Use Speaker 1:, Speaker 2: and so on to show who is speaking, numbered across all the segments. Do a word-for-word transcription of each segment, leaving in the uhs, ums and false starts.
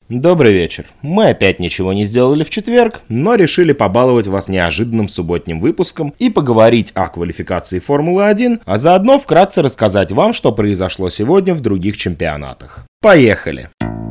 Speaker 1: Добрый вечер. Мы опять ничего не сделали в четверг, но решили побаловать вас неожиданным субботним выпуском и поговорить о квалификации Формулы один, а заодно вкратце рассказать вам, что произошло сегодня в других чемпионатах. Поехали!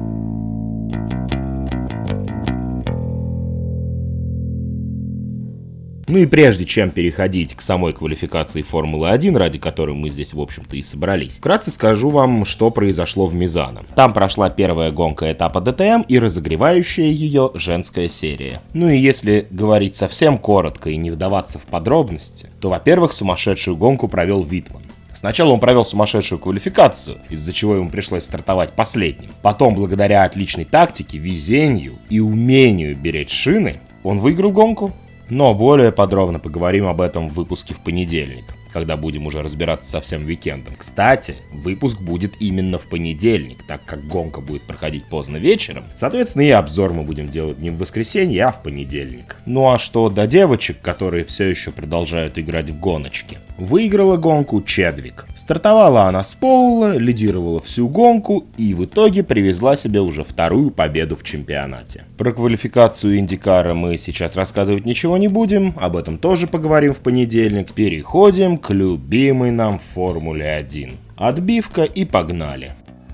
Speaker 1: Ну и прежде чем переходить к самой квалификации Формулы один, ради которой мы здесь, в общем-то, и собрались, вкратце скажу вам, что произошло в Мизано. Там прошла первая гонка этапа ДТМ и разогревающая ее женская серия. Ну и если говорить совсем коротко и не вдаваться в подробности, то, во-первых, сумасшедшую гонку провел Витман. Сначала он провел сумасшедшую квалификацию, из-за чего ему пришлось стартовать последним. Потом, благодаря отличной тактике, везению и умению беречь шины, он выиграл гонку. Но более подробно поговорим об этом в выпуске в понедельник, когда будем уже разбираться со всем уикендом. Кстати, выпуск будет именно в понедельник, так как гонка будет проходить поздно вечером. Соответственно, и обзор мы будем делать не в воскресенье, а в понедельник. Ну а что до девочек, которые все еще продолжают играть в гоночки. Выиграла гонку Чедвик. Стартовала она с поула, лидировала всю гонку и в итоге привезла себе уже вторую победу в чемпионате. Про квалификацию Индикара мы сейчас рассказывать ничего не будем, об этом тоже поговорим в понедельник. Переходим к любимой нам Формуле один. Отбивка и погнали.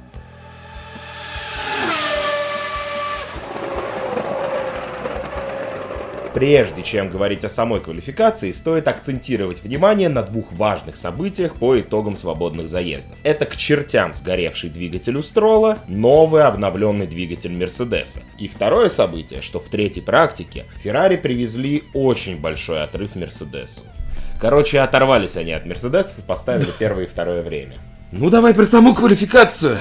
Speaker 1: Прежде чем говорить о самой квалификации, стоит акцентировать внимание на двух важных событиях по итогам свободных заездов. Это к чертям сгоревший двигатель у Строла, новый обновленный двигатель Мерседеса. И второе событие, что в третьей практике Феррари привезли очень большой отрыв Мерседесу. Короче, оторвались они от Мерседесов и поставили первое и второе время. Ну давай про саму квалификацию.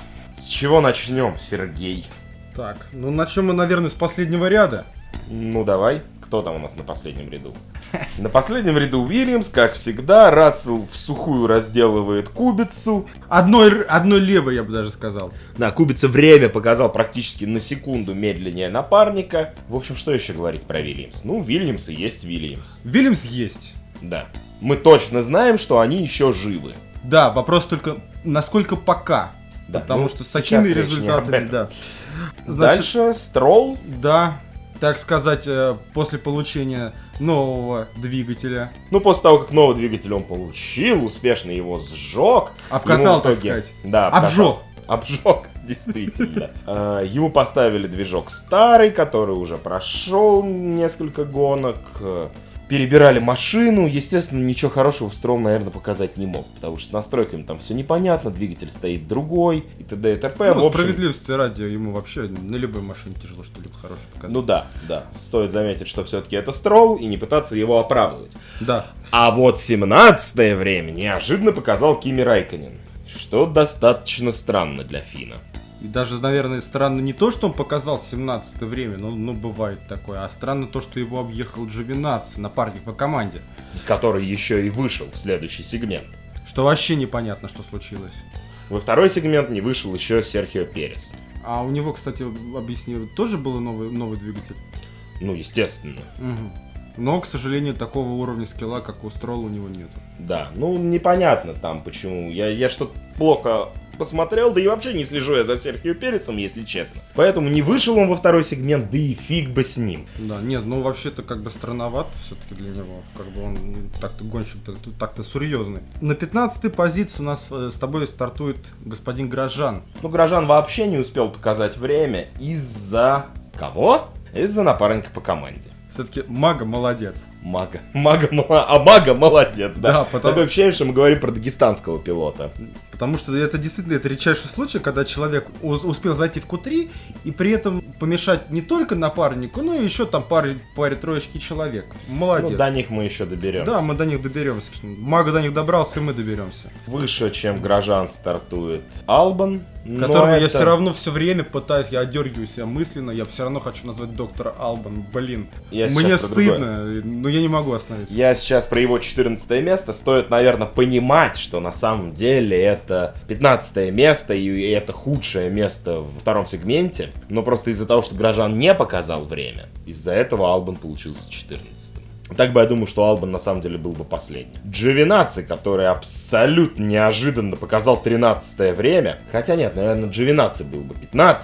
Speaker 1: С чего начнем, Сергей?
Speaker 2: Так, ну начнем мы, наверное, с последнего ряда.
Speaker 1: Ну давай, кто там у нас на последнем ряду? На последнем ряду Уильямс, как всегда, Рассел в сухую разделывает Кубицу.
Speaker 2: Одной, одной левой, я бы даже сказал.
Speaker 1: Да, Кубица время показал практически на секунду медленнее напарника. В общем, что еще говорить про Уильямс? Ну, Уильямс и есть Уильямс.
Speaker 2: Уильямс есть.
Speaker 1: Да. Мы точно знаем, что они еще живы.
Speaker 2: Да, вопрос только, насколько пока.
Speaker 1: Да,
Speaker 2: потому
Speaker 1: ну,
Speaker 2: что с такими результатами, да.
Speaker 1: Значит, дальше Стролл.
Speaker 2: Да. Так сказать, после получения нового двигателя.
Speaker 1: Ну, после того, как новый двигатель он получил, успешно его сжег.
Speaker 2: Обкатал, так сказать.
Speaker 1: Да,
Speaker 2: обжег.
Speaker 1: Обжег, действительно. Ему поставили движок старый, который уже прошел несколько гонок. Перебирали машину, естественно, ничего хорошего в Стролл, наверное, показать не мог, потому что с настройками там все непонятно, двигатель стоит другой, и т.д. и т.п.
Speaker 2: Ну, справедливости ради, ему вообще на любой машине тяжело что-либо хорошее показать.
Speaker 1: Ну да, да, стоит заметить, что все-таки это Стролл, и не пытаться его оправдывать.
Speaker 2: Да.
Speaker 1: А вот семнадцатое время неожиданно показал Кими Рэйкконен, что достаточно странно для финна.
Speaker 2: И даже, наверное, странно не то, что он показал семнадцатое время, но, ну, бывает такое, а странно то, что его объехал Джовинаци, напарник по команде.
Speaker 1: Который еще и вышел в следующий сегмент.
Speaker 2: Что вообще непонятно, что случилось.
Speaker 1: Во второй сегмент не вышел еще Серхио Перес.
Speaker 2: А у него, кстати, объясню, тоже был новый, новый двигатель?
Speaker 1: Ну, естественно.
Speaker 2: Угу. Но, к сожалению, такого уровня скилла, как у Стролла, у него нет.
Speaker 1: Да, ну непонятно там почему. Я, я что-то плохо посмотрел, да и вообще не слежу я за Серхио Пересом, если честно. Поэтому не вышел он во второй сегмент, да и фиг бы с ним.
Speaker 2: Да, нет, ну вообще-то как бы странновато все-таки для него. Как бы он так-то гонщик-то так-то серьезный. На пятнадцатой позиции у нас с тобой стартует господин Грожан.
Speaker 1: Ну, Грожан вообще не успел показать время из-за кого? Из-за напарника по команде.
Speaker 2: Все-таки Мага молодец.
Speaker 1: Мага. Мага, а Мага молодец, да?
Speaker 2: Да, потому...
Speaker 1: Такое ощущение, что мы говорим про дагестанского пилота.
Speaker 2: Потому что это действительно это редчайший случай, когда человек успел зайти в ку три и при этом помешать не только напарнику, но и еще там паре, паре троечки человек. Молодец.
Speaker 1: Ну, до них мы еще доберемся.
Speaker 2: Да, мы до них доберемся. Мага до них добрался, и мы доберемся.
Speaker 1: Выше, чем Грожан, стартует Албан.
Speaker 2: Которого
Speaker 1: это...
Speaker 2: я все равно все время пытаюсь, я одергиваю себя мысленно, я все равно хочу назвать доктора Албан. Блин,
Speaker 1: я
Speaker 2: мне стыдно, но я не могу остановиться.
Speaker 1: Я сейчас про его четырнадцатое место. Стоит, наверное, понимать, что на самом деле это пятнадцатое место, и это худшее место во втором сегменте. Но просто из-за того, что Грожан не показал время, из-за этого Албан получился четырнадцатым. Так бы я думаю, что Албан на самом деле был бы последним. Джовинаци, который абсолютно неожиданно показал тринадцатое время. Хотя нет, наверное, Джовинаци был бы пятнадцатым.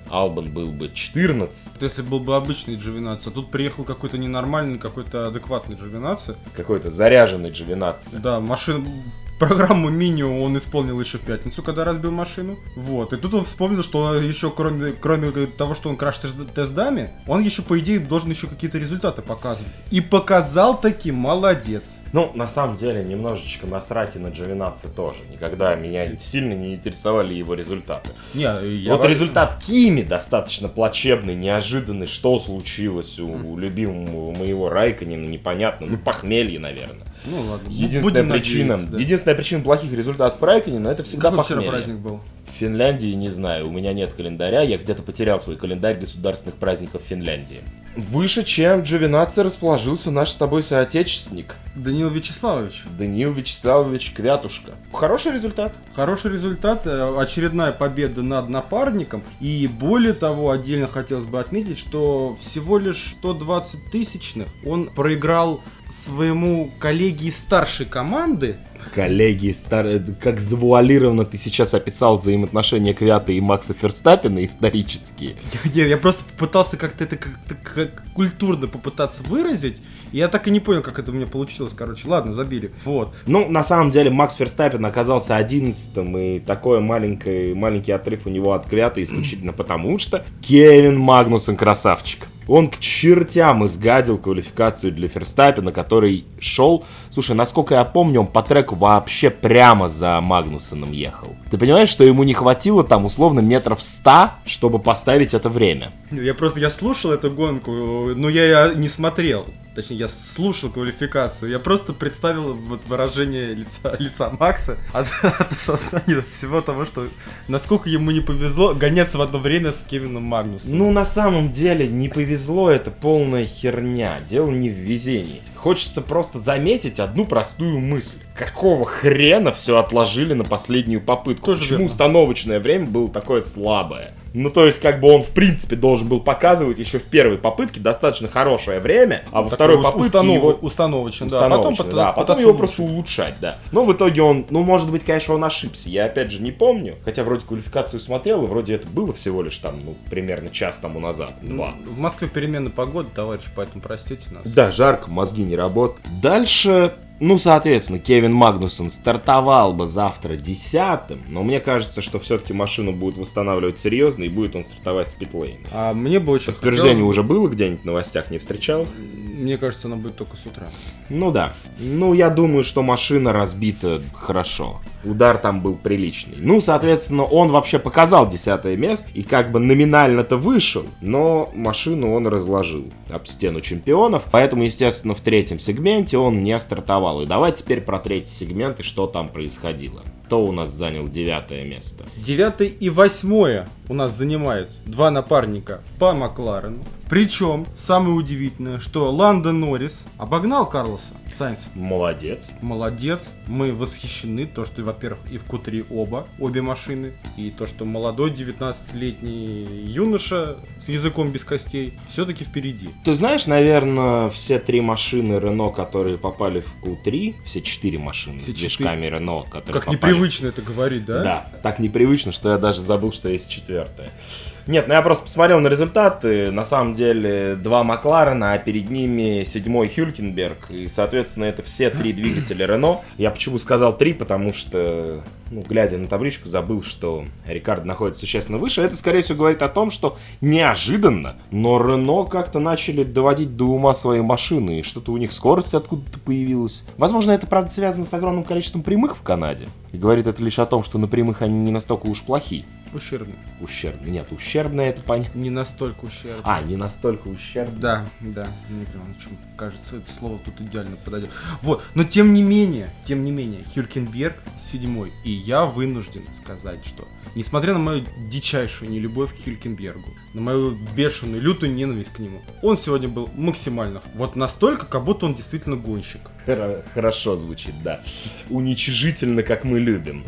Speaker 1: Албан был бы четырнадцатый.
Speaker 2: Если был бы обычный Джовинаци, а тут приехал какой-то ненормальный, какой-то адекватный Джовинаци.
Speaker 1: Какой-то заряженный Джовинаци.
Speaker 2: Да, машина... Программу Минио он исполнил еще в пятницу, когда разбил машину. Вот. И тут он вспомнил, что он еще, кроме, кроме того, что он краш-тест-даме, он еще, по идее, должен еще какие-то результаты показывать. И показал таки, молодец.
Speaker 1: Ну, на самом деле, немножечко насрать и на Джовинаци тоже. Никогда меня сильно не интересовали его результаты.
Speaker 2: Не, я
Speaker 1: вот
Speaker 2: вообще...
Speaker 1: результат Кими достаточно плачебный, неожиданный. Что случилось у, у любимого моего Райконена, непонятно. Ну, похмелье, наверное.
Speaker 2: Ну ладно.
Speaker 1: Единственная причина, да. единственная причина плохих результатов Райконена — это всегда
Speaker 2: Какой
Speaker 1: похмелье.
Speaker 2: вчера праздник был?
Speaker 1: В Финляндии не знаю, у меня нет календаря, я где-то потерял свой календарь государственных праздников Финляндии. Выше, чем Джовинаци, расположился наш с тобой соотечественник
Speaker 2: Даниил Вячеславович.
Speaker 1: Даниил Вячеславович Квятушка. Хороший результат.
Speaker 2: Хороший результат, очередная победа над напарником. И более того, отдельно хотелось бы отметить, что всего лишь сто двадцать тысячных он проиграл своему коллеге из старшей команды.
Speaker 1: Коллеги, стар... как завуалированно ты сейчас описал взаимоотношения Квята и Макса Ферстаппена исторические.
Speaker 2: Нет, я просто попытался как-то это как-то как культурно попытаться выразить, и я так и не понял, как это у меня получилось, короче. Ладно, забили. Вот.
Speaker 1: Ну, на самом деле, Макс Ферстаппен оказался одиннадцатым, и такой маленький, маленький отрыв у него от Квята исключительно потому, что Кевин Магнуссен красавчик. Он к чертям изгадил квалификацию для Ферстаппена, который шел... Слушай, насколько я помню, он по треку вообще прямо за Магнуссеном ехал. Ты понимаешь, что ему не хватило там условно метров ста, чтобы поставить это время?
Speaker 2: Я просто, я слушал эту гонку, но я не смотрел. Точнее, я слушал квалификацию. Я просто представил вот выражение лица, лица Макса от, от осознания всего того, что насколько ему не повезло гоняться в одно время с Кевином Магнуссом.
Speaker 1: Ну, на самом деле, не повезло, это полная херня. Дело не в везении. Хочется просто заметить одну простую мысль. Какого хрена все отложили на последнюю попытку?
Speaker 2: Тоже
Speaker 1: Почему
Speaker 2: верно.
Speaker 1: установочное время было такое слабое? Ну, то есть, как бы он, в принципе, должен был показывать еще в первой попытке достаточно хорошее время, а во
Speaker 2: Такой
Speaker 1: второй попытке
Speaker 2: установ...
Speaker 1: его...
Speaker 2: установочно, да.
Speaker 1: Установочно,
Speaker 2: Потом,
Speaker 1: да.
Speaker 2: потом,
Speaker 1: Потом его просто улучшать, да. Но в итоге он, ну, может быть, конечно, он ошибся. Я, опять же, не помню. Хотя вроде квалификацию смотрел, и вроде это было всего лишь там, ну, примерно час тому назад, два.
Speaker 2: Ну, в Москве переменная погода, товарищ, поэтому простите нас.
Speaker 1: Да, жарко, мозги не работают. Дальше, ну, соответственно, Кевин Магнуссен стартовал бы завтра десятым, но мне кажется, что все-таки машину будут восстанавливать серьезно, и будет он стартовать с питлейна.
Speaker 2: А мне бы очень
Speaker 1: Подтверждение
Speaker 2: хотелось...
Speaker 1: уже было где-нибудь в новостях, не встречал?
Speaker 2: Мне кажется, она будет только с утра.
Speaker 1: Ну да. Ну, я думаю, что машина разбита хорошо. Удар там был приличный. Ну, соответственно, он вообще показал десятое место и как бы номинально-то вышел, но машину он разложил об стену чемпионов. Поэтому, естественно, в третьем сегменте он не стартовал. И давай теперь про третий сегмент и что там происходило. Кто у нас занял девятое место?
Speaker 2: Девятое и восьмое у нас занимают два напарника по Макларену. Причем, самое удивительное, что Ландо Норрис обогнал Карлоса Сайнса.
Speaker 1: Молодец.
Speaker 2: Молодец. Мы восхищены, то, что, во-первых, и в Ку три оба, обе машины, и то, что молодой девятнадцатилетний юноша с языком без костей все-таки впереди.
Speaker 1: Ты знаешь, наверное, все три машины Рено, которые попали в Ку три, все четыре машины
Speaker 2: Все
Speaker 1: с движками Рено, которые
Speaker 2: Как
Speaker 1: попали...
Speaker 2: непривычно это говорить, да?
Speaker 1: Да, так непривычно, что я даже забыл, что есть четвертая. Нет, ну я просто посмотрел на результаты. На самом деле два Макларена, а перед ними седьмой Хюлькенберг. И, соответственно, это все три двигателя Рено. Я почему сказал три, потому что, ну, глядя на табличку, забыл, что Рикардо находится существенно выше. Это, скорее всего, говорит о том, что неожиданно, но Рено как-то начали доводить до ума свои машины. И что-то у них скорость откуда-то появилась. Возможно, это, правда, связано с огромным количеством прямых в Канаде. И говорит это лишь о том, что на прямых они не настолько уж плохи.
Speaker 2: Ущербный.
Speaker 1: Ущербный. Нет, ущербный это понятно.
Speaker 2: Не настолько ущербный.
Speaker 1: А, не настолько ущербный.
Speaker 2: Да, да. Мне прям, кажется, это слово тут идеально подойдет. Вот, но тем не менее, тем не менее, Хюлькенберг седьмой. И я вынужден сказать, что, несмотря на мою дичайшую нелюбовь к Хюлькенбергу, на мою бешеную, лютую ненависть к нему, он сегодня был максимально, вот настолько, как будто он действительно гонщик.
Speaker 1: Хорошо звучит, да. Уничижительно, как мы любим.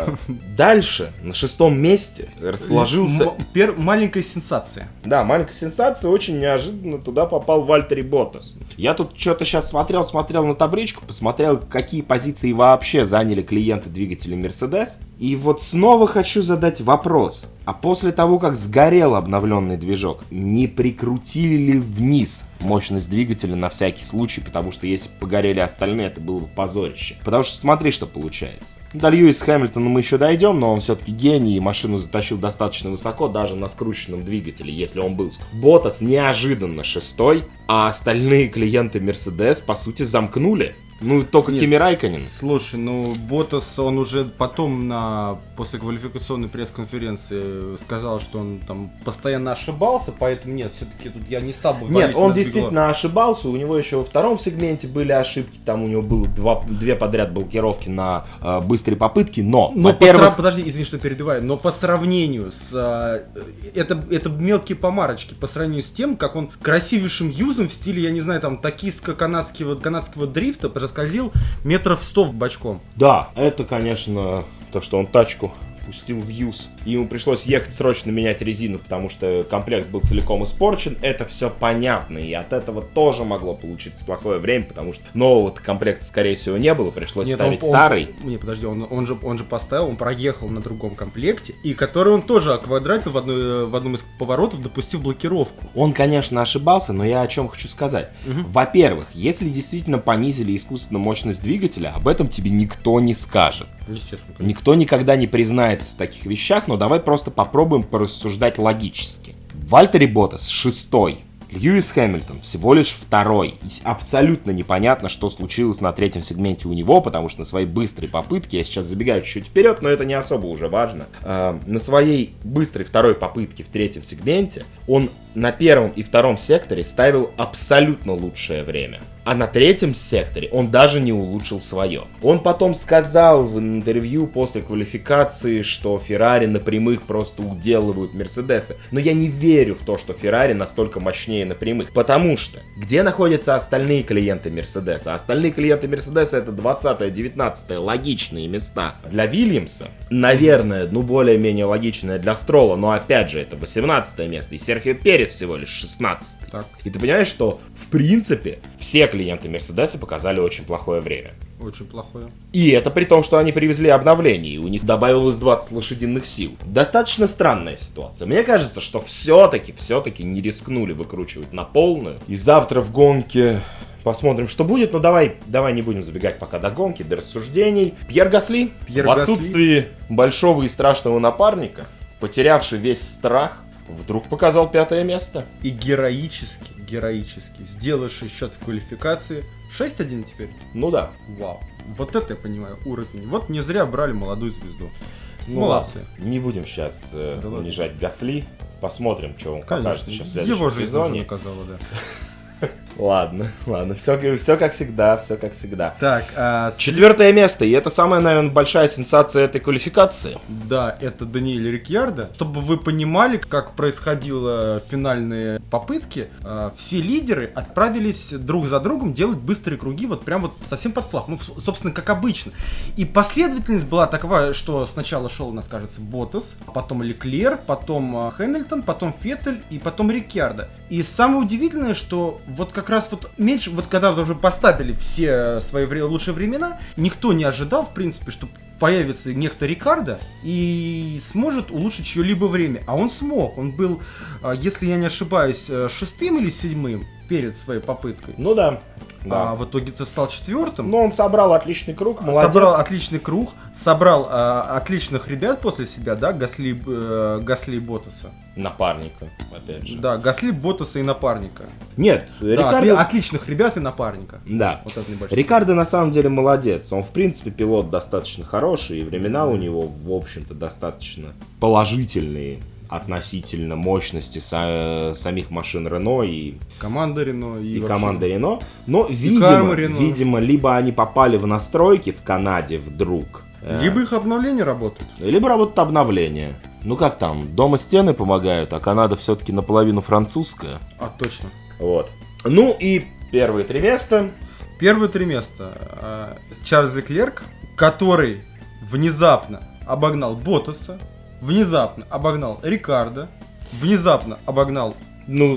Speaker 1: Дальше, на шестом месте, расположился...
Speaker 2: М- пер- маленькая сенсация.
Speaker 1: Да, маленькая сенсация, очень неожиданно туда попал Вальтери Боттас. Я тут что-то сейчас смотрел, смотрел на табличку, посмотрел, какие позиции вообще заняли клиенты двигателя Mercedes. И вот снова хочу задать вопрос. А после того, как сгорел обновленный движок, не прикрутили ли вниз мощность двигателя на всякий случай? Потому что если бы погорели остальные, это было бы позорище. Потому что смотри, что получается. До Льюиса Хэмилтона мы еще дойдем, но он все-таки гений, и машину затащил достаточно высоко, даже на скрученном двигателе, если он был. Ботас неожиданно шестой, а остальные клиенты Мерседес, по сути, замкнули. Ну, только Кими Райконен.
Speaker 2: Слушай, ну, Ботас, он уже потом на после квалификационной пресс-конференции сказал, что он там постоянно ошибался, поэтому нет, все-таки тут я не стал бы...
Speaker 1: Нет, он действительно ошибался, у него еще во втором сегменте были ошибки, там у него было два, две подряд блокировки на э, быстрые попытки, но,
Speaker 2: но
Speaker 1: во-первых...
Speaker 2: Срав... Подожди, извини, что перебиваю, но по сравнению с... Э, это, это мелкие помарочки, по сравнению с тем, как он красивейшим юзом в стиле, я не знаю, там, токийско-канадского канадского дрифта скользил метров сто бочком.
Speaker 1: Да, это, конечно, то, что он тачку пустил в юз. И ему пришлось ехать срочно менять резину, потому что комплект был целиком испорчен. Это все понятно, и от этого тоже могло получиться плохое время, потому что нового комплекта, скорее всего, не было, пришлось Нет, ставить
Speaker 2: он,
Speaker 1: старый.
Speaker 2: Он, не, подожди, он, он, же, он же поставил, он проехал на другом комплекте, и который он тоже оквадратил в, одной, в одном из поворотов, допустив блокировку.
Speaker 1: Он, конечно, ошибался, но я о чем хочу сказать. Угу. Во-первых, если действительно понизили искусственно мощность двигателя, об этом тебе никто не скажет.
Speaker 2: Естественно. Конечно.
Speaker 1: Никто никогда не признается в таких вещах, но давай просто попробуем порассуждать логически. Вальтери Ботас шестой, Льюис Хэмилтон всего лишь второй. И абсолютно непонятно, что случилось на третьем сегменте у него, потому что на своей быстрой попытке, я сейчас забегаю чуть-чуть вперед, но это не особо уже важно, э, на своей быстрой второй попытке в третьем сегменте он на первом и втором секторе ставил абсолютно лучшее время. А на третьем секторе он даже не улучшил свое. Он потом сказал в интервью после квалификации, что Феррари на прямых просто уделывают Мерседесы. Но я не верю в то, что Феррари настолько мощнее на прямых. Потому что где находятся остальные клиенты Мерседеса? Остальные клиенты Мерседеса это двадцатое, девятнадцатое, логичные места. Для Вильямса, наверное, ну более-менее логичное для Строла, но опять же это восемнадцатое место. И Серхио Перес всего лишь шестнадцатый. Так. И ты понимаешь, что в принципе все клиенты Мерседеса показали очень плохое время.
Speaker 2: Очень плохое.
Speaker 1: И это при том, что они привезли обновление, и у них добавилось двадцать лошадиных сил. Достаточно странная ситуация. Мне кажется, что все-таки, все-таки не рискнули выкручивать на полную. И завтра в гонке посмотрим, что будет. Но давай, давай не будем забегать пока до гонки, до рассуждений. Пьер Гасли,
Speaker 2: Пьер
Speaker 1: в отсутствии Гасли. большого и страшного напарника, потерявший весь страх, вдруг показал пятое место.
Speaker 2: И героически, героически сделавший счет в квалификации шесть один теперь.
Speaker 1: Ну да.
Speaker 2: Вау. Вот это я понимаю, уровень. Вот не зря брали молодую звезду.
Speaker 1: Ну, молодцы. Ладно. Не будем сейчас э, да унижать ладно. Гасли. Посмотрим, что он Конечно. покажет еще в следующем
Speaker 2: Его
Speaker 1: сезоне.
Speaker 2: Его показала, да.
Speaker 1: Ладно, ладно, все, все как всегда, все как всегда.
Speaker 2: Так, а,
Speaker 1: четвертое место, и это самая, наверное, большая сенсация этой квалификации.
Speaker 2: Да, это Даниэль Рикьярдо. Чтобы вы понимали, как происходило финальные попытки, все лидеры отправились друг за другом делать быстрые круги, вот прям вот совсем под флаг, ну, собственно, как обычно. И последовательность была такова, что сначала шел, у нас, кажется, Ботас, потом Леклер, потом Хэмилтон, потом Феттель и потом Рикьярдо. И самое удивительное, что вот как раз вот меньше, вот когда уже поставили все свои вре- лучшие времена, никто не ожидал, в принципе, что появится некто Рикардо и сможет улучшить чье-либо время. А он смог, он был, если я не ошибаюсь, шестым или седьмым перед своей попыткой.
Speaker 1: Ну да. Да.
Speaker 2: А в итоге-то стал четвертым.
Speaker 1: Но он собрал отличный круг, молодец.
Speaker 2: Собрал отличный круг, собрал а, отличных ребят после себя, да, Гасли, э, Гасли и Ботаса.
Speaker 1: Напарника, опять же.
Speaker 2: Да, Гасли, Ботаса и напарника.
Speaker 1: Нет,
Speaker 2: да, Рикардо... отли- отличных ребят и напарника.
Speaker 1: Да. Вот Рикардо на самом деле молодец. Он, в принципе, пилот достаточно хороший, и времена у него, в общем-то, достаточно положительные относительно мощности са- самих машин Рено и
Speaker 2: команда Рено и,
Speaker 1: и
Speaker 2: вообще...
Speaker 1: команда Рено. Но, видимо, видимо, либо они попали в настройки в Канаде вдруг,
Speaker 2: либо их обновления работают.
Speaker 1: Либо работают обновления. Ну как там, дома стены помогают, а Канада все-таки наполовину французская.
Speaker 2: А, точно.
Speaker 1: Вот. Ну и первые три места.
Speaker 2: Первые три места. Чарльз Леклерк, который внезапно обогнал Ботаса, внезапно обогнал Рикардо, внезапно обогнал...
Speaker 1: Ну,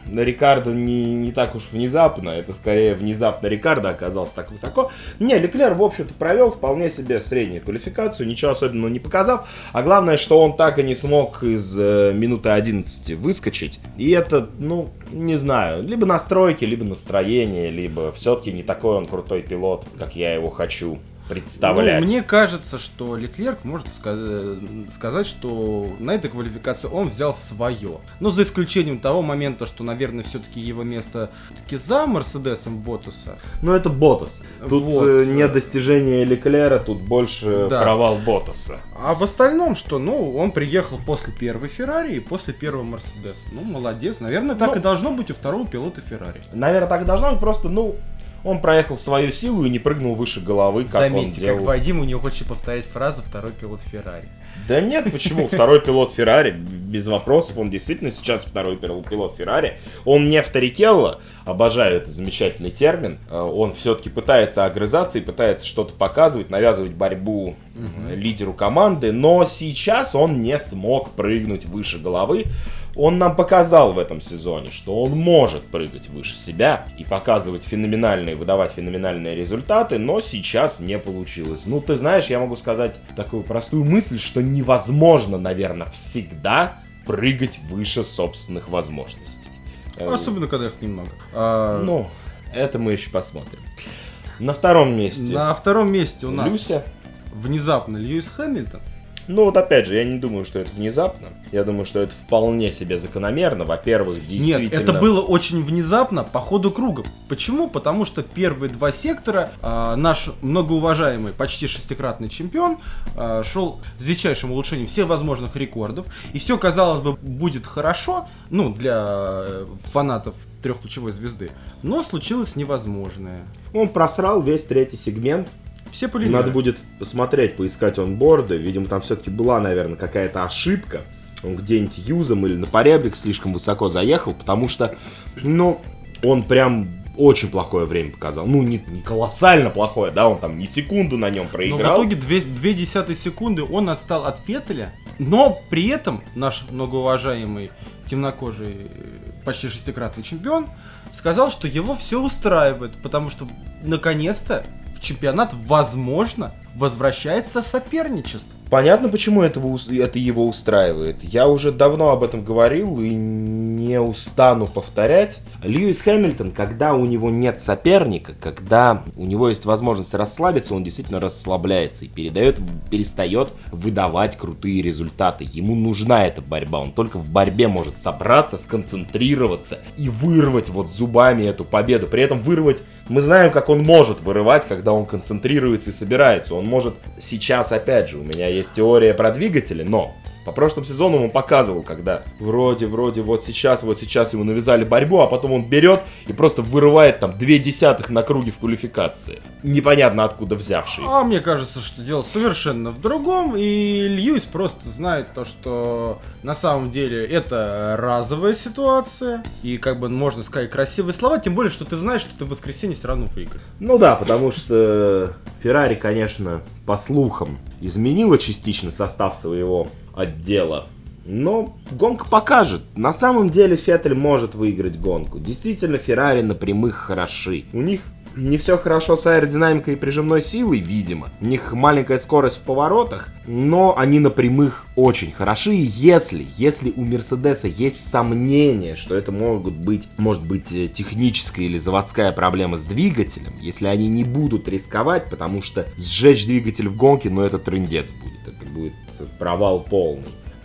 Speaker 1: на Рикардо не, не так уж внезапно, это скорее внезапно Рикардо оказался так высоко. Не, Леклер, в общем-то, провел вполне себе среднюю квалификацию, ничего особенного не показав, а главное, что он так и не смог из э, минуты одиннадцати выскочить, и это, ну, не знаю, либо настройки, либо настроение, либо все-таки не такой он крутой пилот, как я его хочу представлять.
Speaker 2: Ну, мне кажется, что Леклерк может ска- сказать, что на этой квалификации он взял свое. Но за исключением того момента, что, наверное, все-таки его место таки за Мерседесом Боттаса.
Speaker 1: Ну, это Ботас. Тут
Speaker 2: Вот.
Speaker 1: э, не достижение Леклера, тут больше
Speaker 2: Да.
Speaker 1: провал Боттаса.
Speaker 2: А в остальном, что, ну, он приехал после первой Феррари и после первого Мерседеса. Ну, молодец. Наверное, так
Speaker 1: Ну,
Speaker 2: и должно быть у второго пилота Феррари.
Speaker 1: Наверное, так и должно быть, просто, ну, он проехал в свою силу и не прыгнул выше головы, как он
Speaker 2: Заметьте,
Speaker 1: делал.
Speaker 2: как Вадим, у него хочет повторять фразу «второй пилот Феррари».
Speaker 1: Да нет, почему? Второй пилот Феррари, без вопросов, он действительно сейчас второй пилот Феррари. Он не Вторикелло, обожаю этот замечательный термин. Он все-таки пытается огрызаться и пытается что-то показывать, навязывать борьбу угу. лидеру команды, но сейчас он не смог прыгнуть выше головы. Он нам показал в этом сезоне, что он может прыгать выше себя и показывать феноменальные, выдавать феноменальные результаты, но сейчас не получилось. Ну, ты знаешь, я могу сказать такую простую мысль, что невозможно, наверное, всегда прыгать выше собственных возможностей.
Speaker 2: Особенно, когда их немного. А...
Speaker 1: Ну, это мы еще посмотрим. На втором месте.
Speaker 2: На втором месте у нас
Speaker 1: Люся.
Speaker 2: Внезапно Льюис Хэмилтон.
Speaker 1: Ну вот опять же, я не думаю, что это внезапно. Я думаю, что это вполне себе закономерно. Во-первых, действительно...
Speaker 2: Нет, это было очень внезапно по ходу круга. Почему? Потому что первые два сектора э, наш многоуважаемый, почти шестикратный чемпион э, шел с дичайшим улучшением всех возможных рекордов. И все, казалось бы, будет хорошо, ну, для фанатов трехлучевой звезды. Но случилось невозможное.
Speaker 1: Он просрал весь третий сегмент.
Speaker 2: Все полетели.
Speaker 1: Надо будет посмотреть, поискать онборды. Видимо, там все-таки была, наверное, какая-то ошибка. Он где-нибудь юзом или на поребрик слишком высоко заехал, потому что, ну, он прям очень плохое время показал. Ну, не, не колоссально плохое, да, он там ни секунду на нем проиграл.
Speaker 2: Но в итоге две, две десятые секунды он отстал от Феттеля, но при этом наш многоуважаемый темнокожий, почти шестикратный чемпион сказал, что его все устраивает, потому что, наконец-то, в чемпионат, возможно, возвращается соперничество.
Speaker 1: Понятно, почему этого, это его устраивает. Я уже давно об этом говорил и не устану повторять. Льюис Хэмилтон, когда у него нет соперника, когда у него есть возможность расслабиться, он действительно расслабляется и передает, перестает выдавать крутые результаты. Ему нужна эта борьба. Он только в борьбе может собраться, сконцентрироваться и вырвать вот зубами эту победу. При этом вырвать, мы знаем, как он может вырывать, когда он концентрируется и собирается. Он может сейчас, опять же, у меня есть теория про двигатели, но по прошлому сезону он показывал, когда вроде, вроде, вот сейчас, вот сейчас ему навязали борьбу, а потом он берет и просто вырывает там две десятых на круге в квалификации. Непонятно откуда взявший.
Speaker 2: А мне кажется, что дело совершенно в другом, и Льюис просто знает то, что на самом деле это разовая ситуация, и как бы можно сказать красивые слова, тем более, что ты знаешь, что ты в воскресенье все равно выиграешь.
Speaker 1: Ну да, потому что Феррари, конечно, по слухам, изменила частично состав своего отдела. Но гонка покажет. На самом деле Феттель может выиграть гонку. Действительно, Феррари на прямых хороши. У них не все хорошо с аэродинамикой и прижимной силой, видимо. У них маленькая скорость в поворотах, но они на прямых очень хороши. И если, если у Мерседеса есть сомнения, что это могут быть, может быть техническая или заводская проблема с двигателем, если они не будут рисковать, потому что сжечь двигатель в гонке, ну это трындец будет. Это будет провал полный.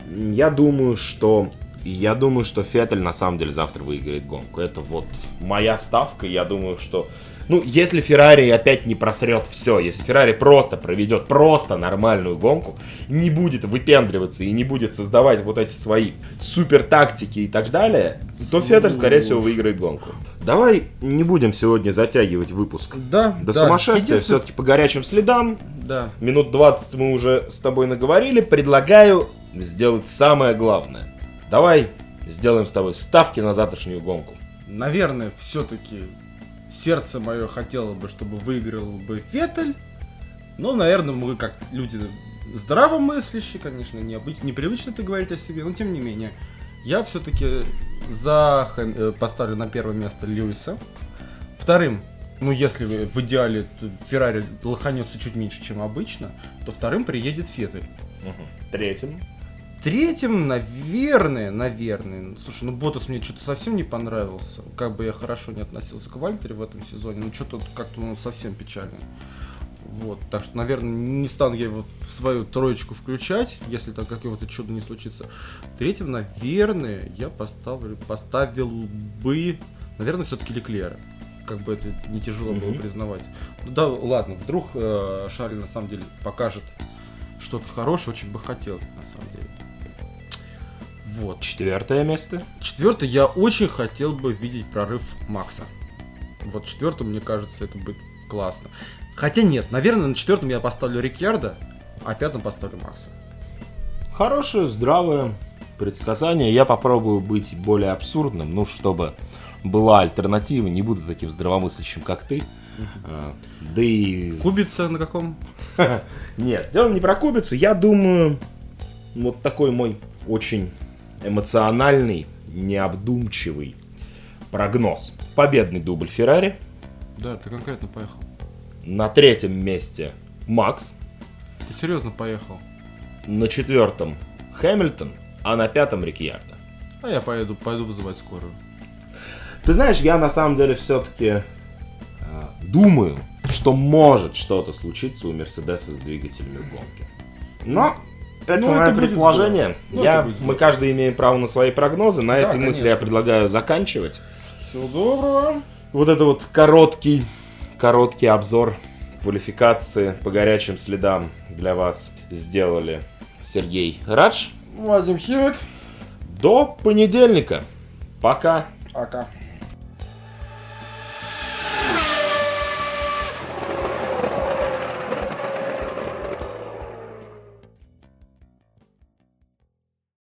Speaker 1: Я думаю, что... Я думаю, что Феттель на самом деле завтра выиграет гонку. Это вот моя ставка. Я думаю, что... Ну, если Феррари опять не просрет все, если Феррари просто проведет просто нормальную гонку, не будет выпендриваться и не будет создавать вот эти свои супер тактики и так далее, то Феттель, скорее всего, выиграет гонку. Давай не будем сегодня затягивать выпуск
Speaker 2: да,
Speaker 1: до
Speaker 2: да.
Speaker 1: сумасшествия, все-таки по горячим следам.
Speaker 2: Да.
Speaker 1: Минут двадцать мы уже с тобой наговорили. Предлагаю сделать самое главное. Давай сделаем с тобой ставки на завтрашнюю гонку.
Speaker 2: Наверное, все-таки сердце мое хотело бы, чтобы выиграл бы Феттель. Но, наверное, мы как люди здравомыслящие, конечно, необы... непривычно это говорить о себе, но тем не менее. Я все-таки за Хэм... э, поставлю на первое место Льюиса. Вторым, ну если в идеале Феррари лоханется чуть меньше, чем обычно, то вторым приедет Феттель.
Speaker 1: Угу. Третьим.
Speaker 2: Третьим, наверное, наверное. Слушай, ну Ботас мне что-то совсем не понравился. Как бы я хорошо не относился к Вальтере в этом сезоне, но что-то как-то он совсем печальный. Вот, так что, наверное, не стану я его в свою троечку включать, если там какого-то чуда не случится. Третьим, наверное, я поставлю, поставил бы, наверное, все-таки Леклера. Как бы это не тяжело mm-hmm. было признавать. Ну да, ладно, вдруг э, Шарль на самом деле покажет что-то хорошее, очень бы хотелось, на самом деле. Вот.
Speaker 1: Четвертое место.
Speaker 2: Четвертое, я очень хотел бы видеть прорыв Макса. Вот четвертым, мне кажется, это будет классно. Хотя нет, наверное, на четвертом я поставлю Рикьярдо, а пятом поставлю Макса.
Speaker 1: Хорошее, здравое предсказание. Я попробую быть более абсурдным, ну, чтобы была альтернатива. Не буду таким здравомыслящим, как ты. А, да и...
Speaker 2: Кубица на каком?
Speaker 1: Нет, дело не про Кубицу. Я думаю, вот такой мой очень эмоциональный, необдумчивый прогноз. Победный дубль Феррари.
Speaker 2: Да, ты конкретно поехал.
Speaker 1: На третьем месте Макс.
Speaker 2: Ты серьезно поехал?
Speaker 1: На четвертом Хэмилтон, а на пятом Рикьярдо.
Speaker 2: А я поеду, пойду вызывать скорую.
Speaker 1: Ты знаешь, я на самом деле все-таки э, думаю, что может что-то случиться у Мерседеса с двигателями в гонке. Но это
Speaker 2: ну,
Speaker 1: мое
Speaker 2: это
Speaker 1: предположение.
Speaker 2: Ну,
Speaker 1: я, мы каждый имеем право на свои прогнозы. На
Speaker 2: да,
Speaker 1: этой
Speaker 2: конечно.
Speaker 1: мысли я предлагаю заканчивать.
Speaker 2: Всего доброго.
Speaker 1: Вот это вот короткий, короткий обзор квалификации по горячим следам для вас сделали Сергей Радж.
Speaker 2: Вадим Химик.
Speaker 1: До понедельника. Пока.
Speaker 2: Пока.